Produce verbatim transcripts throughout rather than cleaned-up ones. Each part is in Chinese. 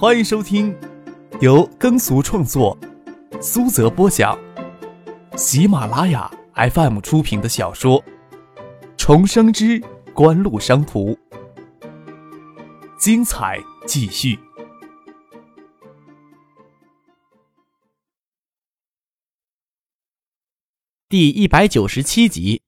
欢迎收听由耕俗创作、苏泽播讲、喜马拉雅 F M 出品的小说《重生之官路商途》，精彩继续。 第一百九十七集。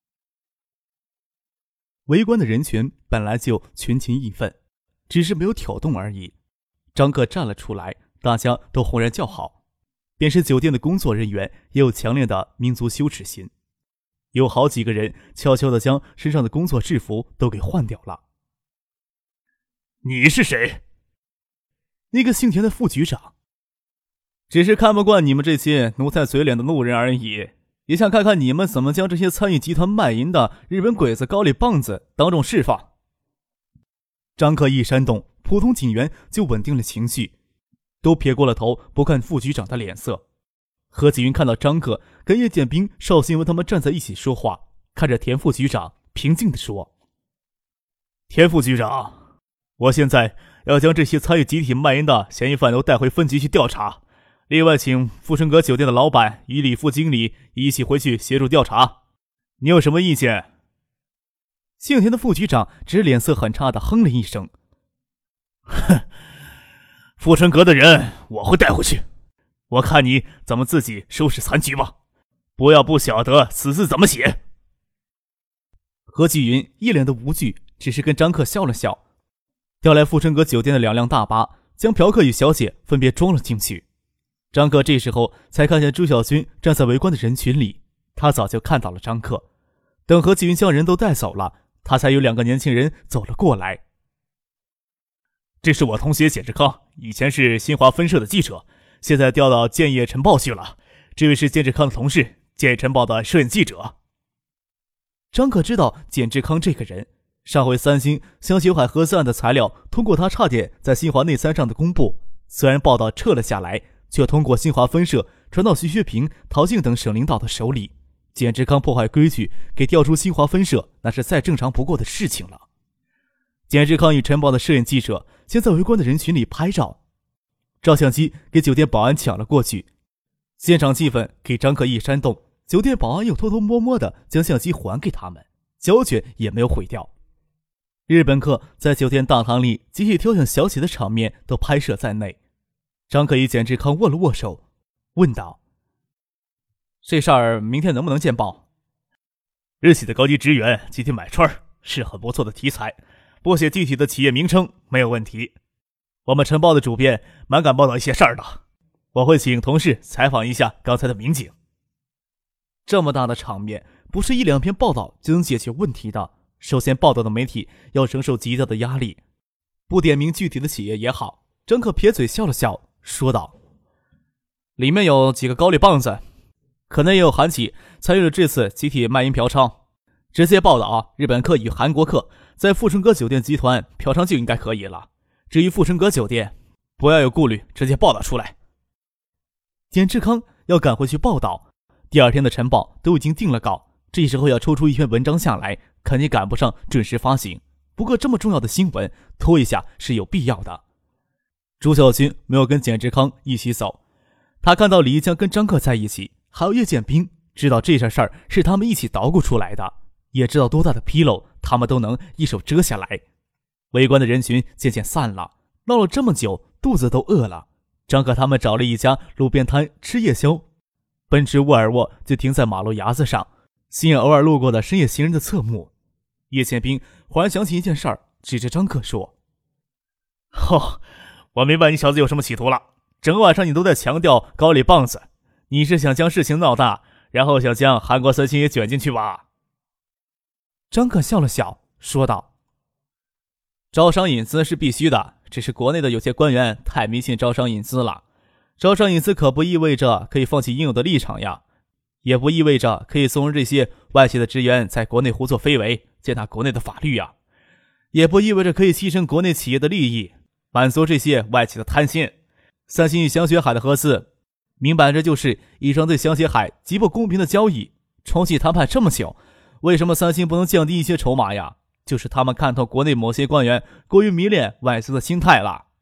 围观的人群本来就群情义愤，只是没有挑动而已。张克站了出来，大家都轰然叫好。便是酒店的工作人员也有强烈的民族羞耻心，有好几个人悄悄地将身上的工作制服都给换掉了。 你是谁？ 那个姓田的副局长。只是看不惯你们这些奴才嘴脸的路人而已，也想看看你们怎么将这些参与集团卖淫的日本鬼子高丽棒子当众释放。张克一煽动，普通警员就稳定了情绪，都撇过了头不看副局长的脸色。何启云看到张克跟叶剑兵、邵新文他们站在一起说话，看着田副局长平静地说： 田副局长，我现在要将这些参与集体卖淫的嫌疑犯都带回分局去调查，另外请富春阁酒店的老板与李副经理一起回去协助调查，你有什么意见？ 姓田的副局长只是脸色很差地哼了一声： 哼，富春阁的人我会带回去，我看你怎么自己收拾残局吧，不要不晓得此字怎么写。 何继云一脸的无惧，只是跟张克笑了笑，调来富春阁酒店的两辆大巴，将嫖客与小姐分别装了进去。张克这时候才看见朱小军站在围观的人群里，他早就看到了张克。等何继云将人都带走了，他才有两个年轻人走了过来。 这是我同学简志康，以前是新华分社的记者，现在调到建业晨报去了。这位是简志康的同事，建业晨报的摄影记者。 张可知道简志康这个人，上回三星香雪海核四案的材料通过他差点在新华内参上的公布，虽然报道撤了下来，却通过新华分社传到徐学平、陶静等省领导的手里。简志康破坏规矩，给调出新华分社，那是再正常不过的事情了。简志康与晨报的摄影记者先在围观的人群里拍照，照相机给酒店保安抢了过去。现场气氛给张克一煽动，酒店保安又偷偷摸摸地将相机还给他们，胶卷也没有毁掉。日本客在酒店大堂里集体挑选小姐的场面都拍摄在内。张克与简志康握了握手，问道：这事儿明天能不能见报？ 日企的高级职员集体买串是很不错的题材，不写具体的企业名称没有问题。我们晨报的主编蛮敢报道一些事儿的，我会请同事采访一下刚才的民警。 这么大的场面，不是一两篇报道就能解决问题的。首先报道的媒体要承受极大的压力，不点名具体的企业也好。张克撇嘴笑了笑，说道：里面有几个高丽棒子，可能也有韩企参与了这次集体卖淫嫖娼，直接报道日本客与韩国客在富春阁酒店集团嫖娼就应该可以了。至于富春阁酒店，不要有顾虑，直接报道出来。简志康要赶回去报道，第二天的晨报都已经定了稿，这时候要抽出一篇文章下来，肯定赶不上准时发行。不过这么重要的新闻，拖一下是有必要的。朱小军没有跟简志康一起走，他看到李一江跟张克在一起，还有叶剑兵，知道这件事儿是他们一起捣鼓出来的，也知道多大的纰漏他们都能一手遮下来。围观的人群渐渐散了，闹了这么久，肚子都饿了。张克他们找了一家路边摊吃夜宵，奔驰沃尔沃就停在马路牙子上，吸引偶尔路过的深夜行人的侧目。叶剑兵忽然想起一件事儿，指着张克说： 哦，我明白你小子有什么企图了，整个晚上你都在强调高丽棒子，你是想将事情闹大，然后想将韩国三星也卷进去吧？ 张克笑了笑，说道：招商引资是必须的，只是国内的有些官员太迷信招商引资了。招商引资可不意味着可以放弃应有的立场呀，也不意味着可以纵容这些外企的职员在国内胡作非为，践踏国内的法律呀，也不意味着可以牺牲国内企业的利益，满足这些外企的贪心。三星与香雪海的合资，明摆着就是一场对香雪海极不公平的交易。重启谈判这么久，为什么三星不能降低一些筹码呀？就是他们看透国内某些官员过于迷恋外资的心态了。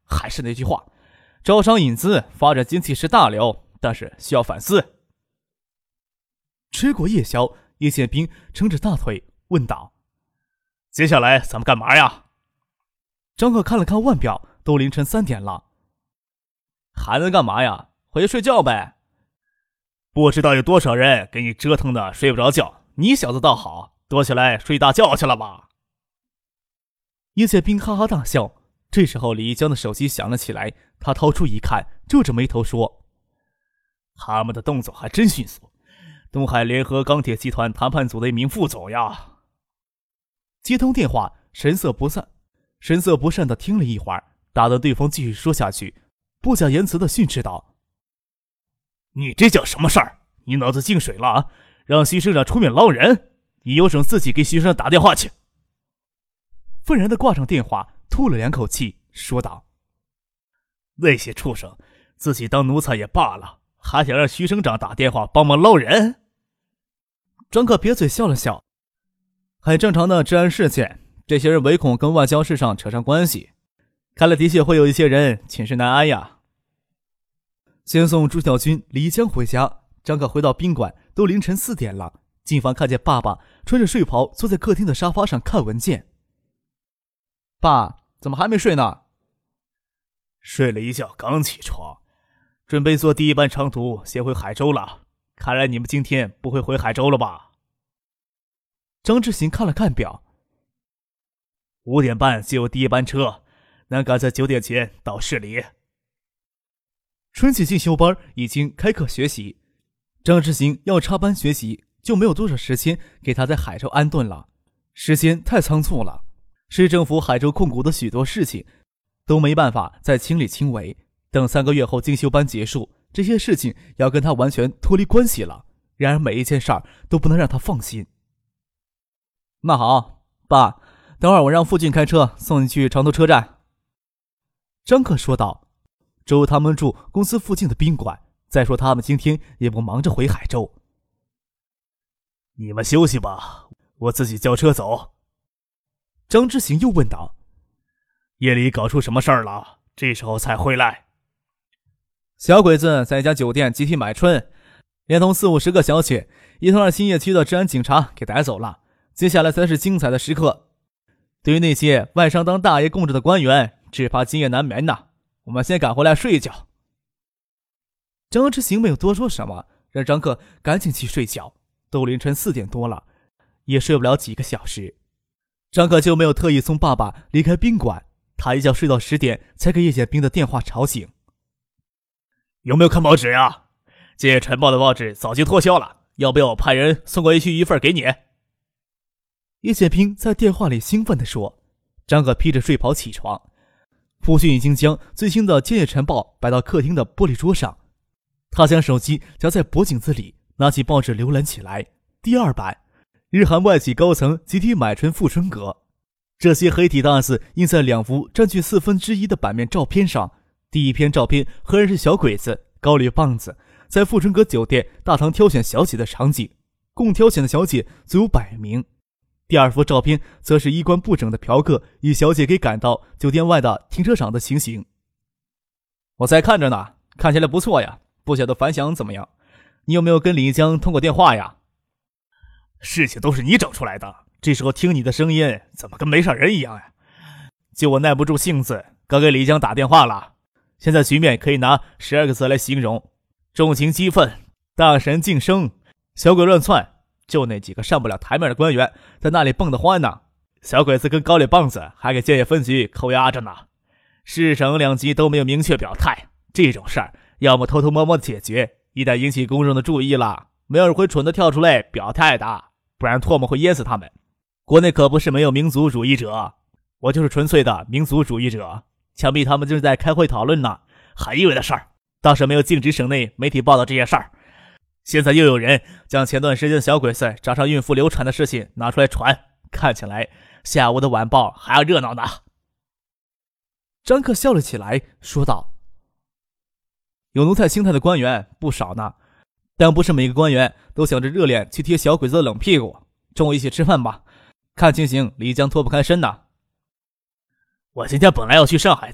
还是那句话，招商引资发展经济是大流，但是需要反思。吃过夜宵，叶剑兵撑着大腿问道： 接下来咱们干嘛呀？ 张克看了看腕表，都凌晨三点了。还能干嘛呀？回去睡觉呗。 不知道有多少人给你折腾的睡不着觉，你小子倒好，躲起来睡大觉去了吧。 叶剑兵哈哈大笑。这时候李一江的手机响了起来，他掏出一看，皱着眉头说： 他们的动作还真迅速，东海联合钢铁集团谈判组的一名副总呀。 接通电话，神色不善神色不善地听了一会儿，打断对方继续说下去，不假言辞地训斥道： 你这叫什么事儿？你脑子进水了啊？让徐省长出面捞人，你有种自己给徐省长打电话去。 愤然地挂上电话，吐了两口气，说道： 那些畜生自己当奴才也罢了，还想让徐省长打电话帮忙捞人？ 张克撇嘴笑了笑：很正常的治安事件，这些人唯恐跟外交事上扯上关系，看来的确会有一些人寝食难安呀。先送朱小军、李江回家，张克回到宾馆，都凌晨四点了。进房看见爸爸穿着睡袍坐在客厅的沙发上看文件。爸，怎么还没睡呢？ 睡了一觉，刚起床，准备坐第一班长途先回海州了。看来你们今天不会回海州了吧？ 张志行看了看表， 五点半就有第一班车，能赶在九点前到市里。 春季进修班已经开课学习，张志行要插班学习，就没有多少时间给他在海州安顿了。时间太仓促了，市政府海州控股的许多事情都没办法再亲力亲为。等三个月后进修班结束，这些事情要跟他完全脱离关系了。然而每一件事儿都不能让他放心。那好，爸，等会儿我让父亲开车送你去长途车站。张克说道。周他们住公司附近的宾馆，再说他们今天也不忙着回海州。 你们休息吧，我自己叫车走。 张之行又问道： 夜里搞出什么事儿了？这时候才回来？ 小鬼子在一家酒店集体买春，连同四五十个小姐，一同让新业区的治安警察给逮走了。接下来才是精彩的时刻。对于那些外商当大爷供着的官员，只怕今夜难眠呐。我们先赶回来睡一觉。张之行没有多说什么，让张克赶紧去睡觉。都凌晨四点多了，也睡不了几个小时。张克就没有特意送爸爸离开宾馆，他一觉睡到十点，才给叶剑兵的电话吵醒。 有没有看报纸呀？今夜晨报的报纸早就脱销了，要不要我派人送过去一份给你？ 叶剑兵在电话里兴奋地说。张克披着睡袍起床。父亲已经将最新的《今夜晨报》摆到客厅的玻璃桌上，他将手机夹在脖颈子里，拿起报纸浏览起来。第二版，日韩外企高层集体买春富春阁，这些黑体大字印在两幅占据四分之一的版面照片上。第一篇照片赫然是小鬼子高丽棒子在富春阁酒店大堂挑选小姐的场景，共挑选的小姐足有百名。第二幅照片则是衣冠不整的嫖客以小姐给赶到酒店外的停车场的情形。我在看着呢，看起来不错呀，不晓得反响怎么样？你有没有跟李一江通过电话呀？ 事情都是你整出来的，这时候听你的声音怎么跟没上人一样呀？就我耐不住性子，刚给李一江打电话了。现在局面可以拿十二个字来形容：众情激愤，大神晋升，小鬼乱窜。就那几个上不了台面的官员在那里蹦得欢呢，小鬼子跟高丽棒子还给建业分局扣押着呢。市省两级都没有明确表态，这种事儿要么偷偷摸摸的解决，一旦引起公众的注意了，没有人会蠢的跳出来表态的，不然唾沫会淹死他们。国内可不是没有民族主义者，我就是纯粹的民族主义者，想必他们正在开会讨论呢，很意外的事儿，倒是没有禁止省内媒体报道这些事儿。现在又有人将前段时间小鬼子找上孕妇流产的事情拿出来传，看起来下午的晚报还要热闹呢。 张克笑了起来，说道：有奴才心态的官员不少呢，但不是每个官员都想着热脸去贴小鬼子的冷屁股。中午一起吃饭吧，看情形李江脱不开身呢。 我今天本来要去上海的，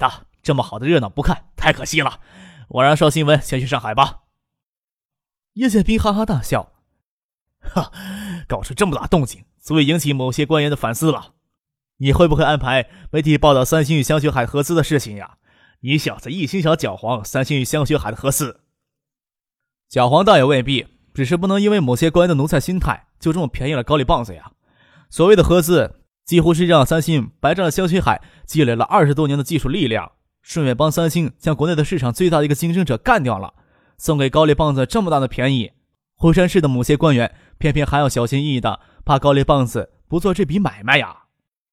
这么好的热闹不看，太可惜了。晚上上新闻，先去上海吧。 叶剑兵哈哈大笑， 哈，搞出这么大动静，足以引起某些官员的反思了。你会不会安排媒体报道三星与香雪海合资的事情呀？你小子一心想搅黄三星与香雪海的合资。 搅黄倒也未必，只是不能因为某些官员的奴才心态，就这么便宜了高丽棒子呀。所谓的合资，几乎是让三星白占了香雪海积累了二十多年的技术力量，顺便帮三星将国内的市场最大的一个竞争者干掉了，送给高丽棒子这么大的便宜。惠山市的某些官员偏偏还要小心翼翼的，怕高丽棒子不做这笔买卖呀。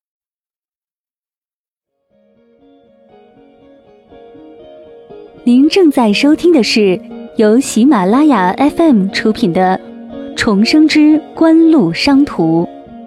您正在收听的是由喜马拉雅 F M 出品的《重生之官路商途》。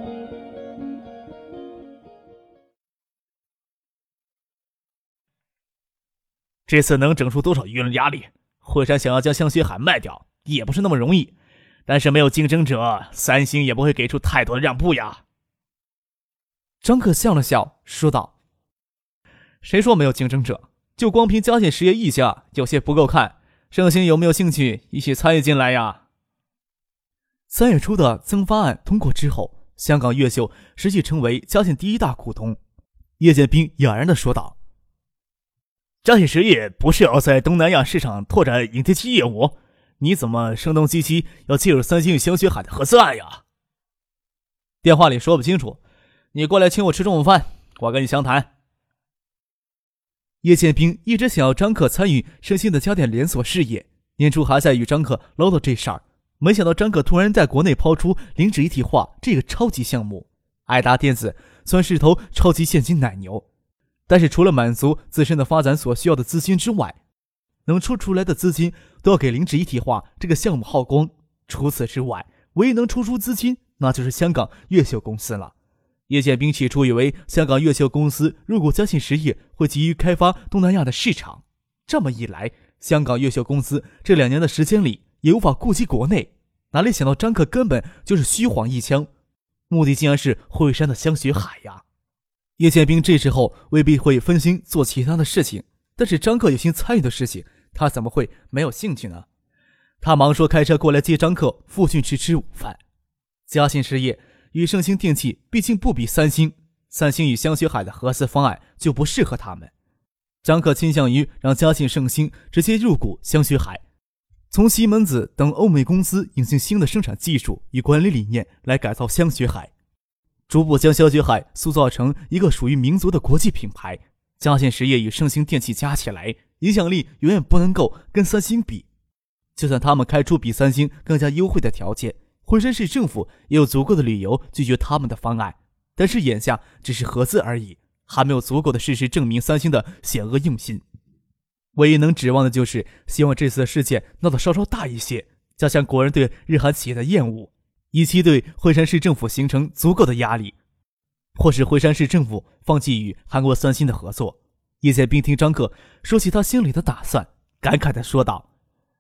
这次能整出多少舆论压力？惠山想要将香雪海卖掉，也不是那么容易。但是没有竞争者，三星也不会给出太多的让步呀。 张可笑了笑，说道：“谁说没有竞争者？就光凭嘉信实业一家，有些不够看。盛兴有没有兴趣一起参与进来呀？”三月初的增发案通过之后，香港越秀实际成为嘉信第一大股东。叶剑兵哑然地说道：“ 嘉信实业不是要在东南亚市场拓展影贴机业务？你怎么声东击西要介入三星与香雪海的合资案呀？” 电话里说不清楚，你过来请我吃中午饭，我跟你详谈。叶剑兵一直想要张可参与盛兴的家电连锁事业，年初还在与张可唠叨这事儿，没想到张可突然在国内抛出零脂一体化这个超级项目。爱达电子算是头超级现金奶牛，但是除了满足自身的发展所需要的资金之外，能出出来的资金都要给零脂一体化这个项目耗光。除此之外，唯一能出出资金，那就是香港越秀公司了。叶剑兵起初以为香港越秀公司入股嘉信实业会急于开发东南亚的市场，这么一来，香港越秀公司这两年的时间里也无法顾及国内。哪里想到张可根本就是虚晃一枪，目的竟然是惠山的香雪海呀！叶剑兵这时候未必会分心做其他的事情，但是张可有心参与的事情，他怎么会没有兴趣呢？他忙说开车过来接张可父亲去吃午饭。嘉信实业与盛兴电器毕竟不比三星，三星与香雪海的合资方案就不适合他们。张可倾向于让嘉信盛兴直接入股香雪海，从西门子等欧美公司引进新的生产技术与管理理念来改造香雪海，逐步将香雪海塑造成一个属于民族的国际品牌。嘉信实业与盛兴电器加起来，影响力远远不能够跟三星比。就算他们开出比三星更加优惠的条件，惠山市政府也有足够的理由拒绝他们的方案，但是眼下只是合资而已，还没有足够的事实证明三星的险恶用心。唯一能指望的就是希望这次的事件闹得稍稍大一些，加强国人对日韩企业的厌恶，以期对惠山市政府形成足够的压力，或是惠山市政府放弃与韩国三星的合作。叶剑兵听张可说起他心里的打算，感慨地说道：“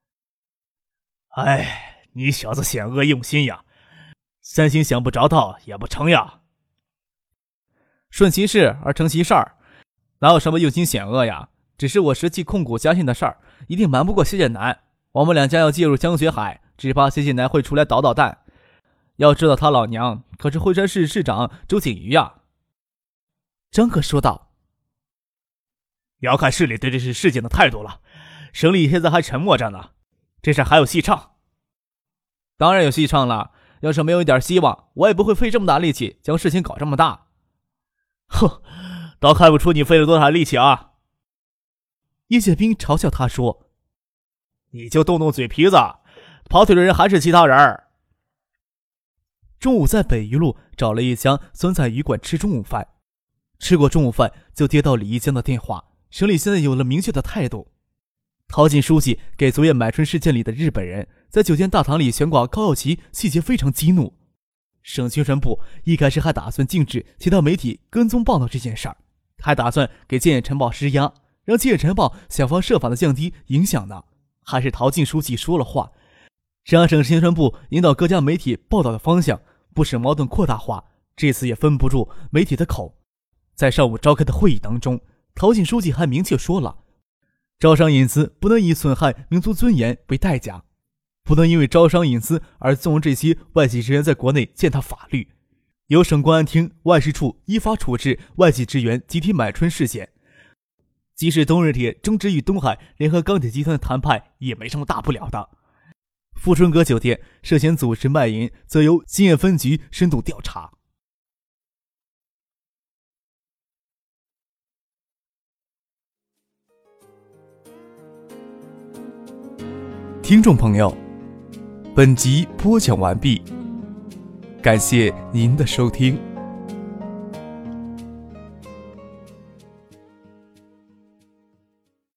哎，你小子险恶用心呀！三星想不着道也不成呀。 顺其事而成其事儿，哪有什么用心险恶呀？只是我实际控股嘉信的事儿，一定瞒不过谢剑南。我们两家要介入香雪海，只怕谢剑南会出来捣捣蛋。要知道他老娘可是惠山市市长周景瑜呀。”张可说道：“ 要看市里对这次事件的态度了。省里现在还沉默着呢，这事还有戏唱。”“ 当然有戏唱了，要是没有一点希望，我也不会费这么大力气将事情搞这么大。”“ 哼，倒看不出你费了多大力气啊！” 叶剑兵嘲笑他说：“ 你就动动嘴皮子，跑腿的人还是其他人。” 中午在北一路找了一家酸菜鱼馆吃中午饭，吃过中午饭就接到李一江的电话。省里现在有了明确的态度，陶进书记给昨夜买春事件里的日本人在酒店大堂里悬挂高耀旗细节非常激怒。省宣传部一开始还打算禁止其他媒体跟踪报道这件事儿，还打算给建业晨报施压，让建业晨报想方设法的降低影响呢。还是陶进书记说了话，让省宣传部引导各家媒体报道的方向，不使矛盾扩大化。这次也分不住媒体的口。在上午召开的会议当中， 陶信书记还明确说了，招商引资不能以损害民族尊严为代价，不能因为招商引资而纵容这些外籍职员在国内践踏法律，由省公安厅外事处依法处置外籍职员集体买春事件。即使东日铁争执与东海联合钢铁集团的谈判也没什么大不了的。富春阁酒店涉嫌组织卖淫，则由兴业分局深度调查。听众朋友，本集播讲完毕，感谢您的收听。